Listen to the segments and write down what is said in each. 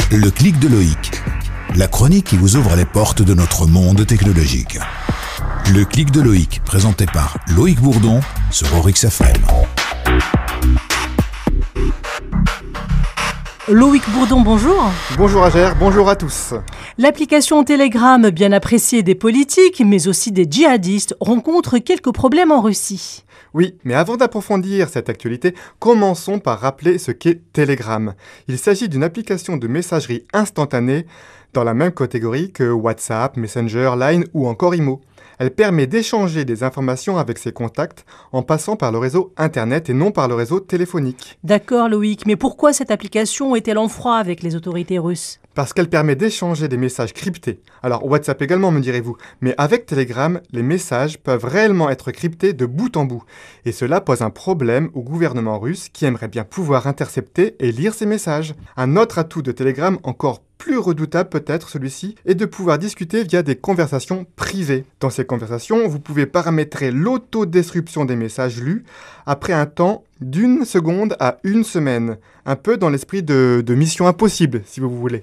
Le clic de Loïc, la chronique qui vous ouvre les portes de notre monde technologique. Le clic de Loïc, présenté par Loïc Bourdon sur Orix FM. Loïc Bourdon, bonjour. Bonjour Agère, bonjour à tous. L'application Telegram, bien appréciée des politiques, mais aussi des djihadistes, rencontre quelques problèmes en Russie. Oui, mais avant d'approfondir cette actualité, commençons par rappeler ce qu'est Telegram. Il s'agit d'une application de messagerie instantanée dans la même catégorie que WhatsApp, Messenger, Line ou encore Imo. Elle permet d'échanger des informations avec ses contacts en passant par le réseau Internet et non par le réseau téléphonique. D'accord Loïc, mais pourquoi cette application est-elle en froid avec les autorités russes ? Parce qu'elle permet d'échanger des messages cryptés. Alors WhatsApp également, me direz-vous. Mais avec Telegram, les messages peuvent réellement être cryptés de bout en bout. Et cela pose un problème au gouvernement russe qui aimerait bien pouvoir intercepter et lire ces messages. Un autre atout de Telegram, encore plus redoutable peut-être celui-ci, est de pouvoir discuter via des conversations privées. Dans ces conversations, vous pouvez paramétrer l'autodestruction des messages lus après un temps d'1 seconde à 1 semaine. Un peu dans l'esprit de Mission Impossible, si vous voulez.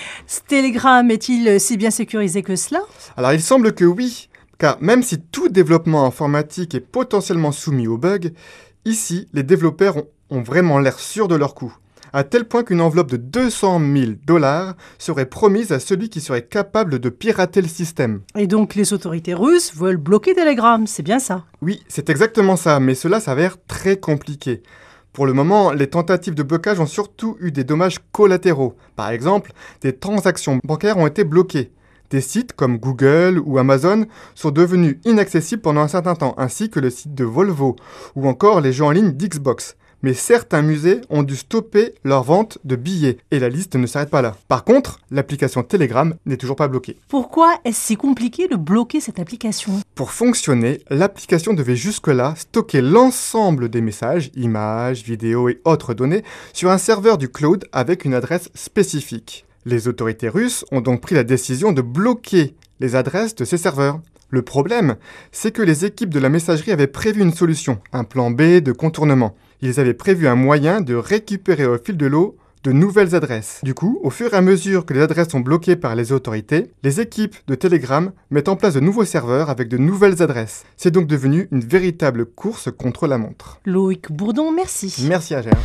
Telegram est-il si bien sécurisé que cela ? Alors il semble que oui, car même si tout développement informatique est potentiellement soumis aux bugs, ici, les développeurs ont vraiment l'air sûrs de leur coup. À tel point qu'une enveloppe de $200 000 serait promise à celui qui serait capable de pirater le système. Et donc les autorités russes veulent bloquer Telegram, c'est bien ça ? Oui, c'est exactement ça, mais cela s'avère très compliqué. Pour le moment, les tentatives de blocage ont surtout eu des dommages collatéraux. Par exemple, des transactions bancaires ont été bloquées. Des sites comme Google ou Amazon sont devenus inaccessibles pendant un certain temps, ainsi que le site de Volvo ou encore les jeux en ligne d'Xbox. Mais certains musées ont dû stopper leur vente de billets, et la liste ne s'arrête pas là. Par contre, l'application Telegram n'est toujours pas bloquée. Pourquoi est-ce si compliqué de bloquer cette application ? Pour fonctionner, l'application devait jusque-là stocker l'ensemble des messages, images, vidéos et autres données sur un serveur du cloud avec une adresse spécifique. Les autorités russes ont donc pris la décision de bloquer les adresses de ces serveurs. Le problème, c'est que les équipes de la messagerie avaient prévu une solution, un plan B de contournement. Ils avaient prévu un moyen de récupérer au fil de l'eau de nouvelles adresses. Du coup, au fur et à mesure que les adresses sont bloquées par les autorités, les équipes de Telegram mettent en place de nouveaux serveurs avec de nouvelles adresses. C'est donc devenu une véritable course contre la montre. Loïc Bourdon, merci. Merci Agère.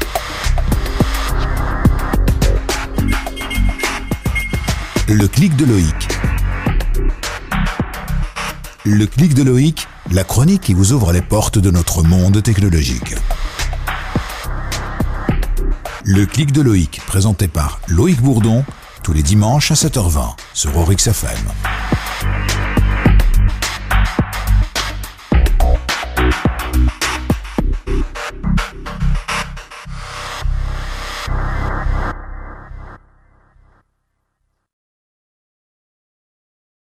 Le clic de Loïc. Le clic de Loïc, la chronique qui vous ouvre les portes de notre monde technologique. Le clic de Loïc, présenté par Loïc Bourdon, tous les dimanches à 7h20 sur Orix FM.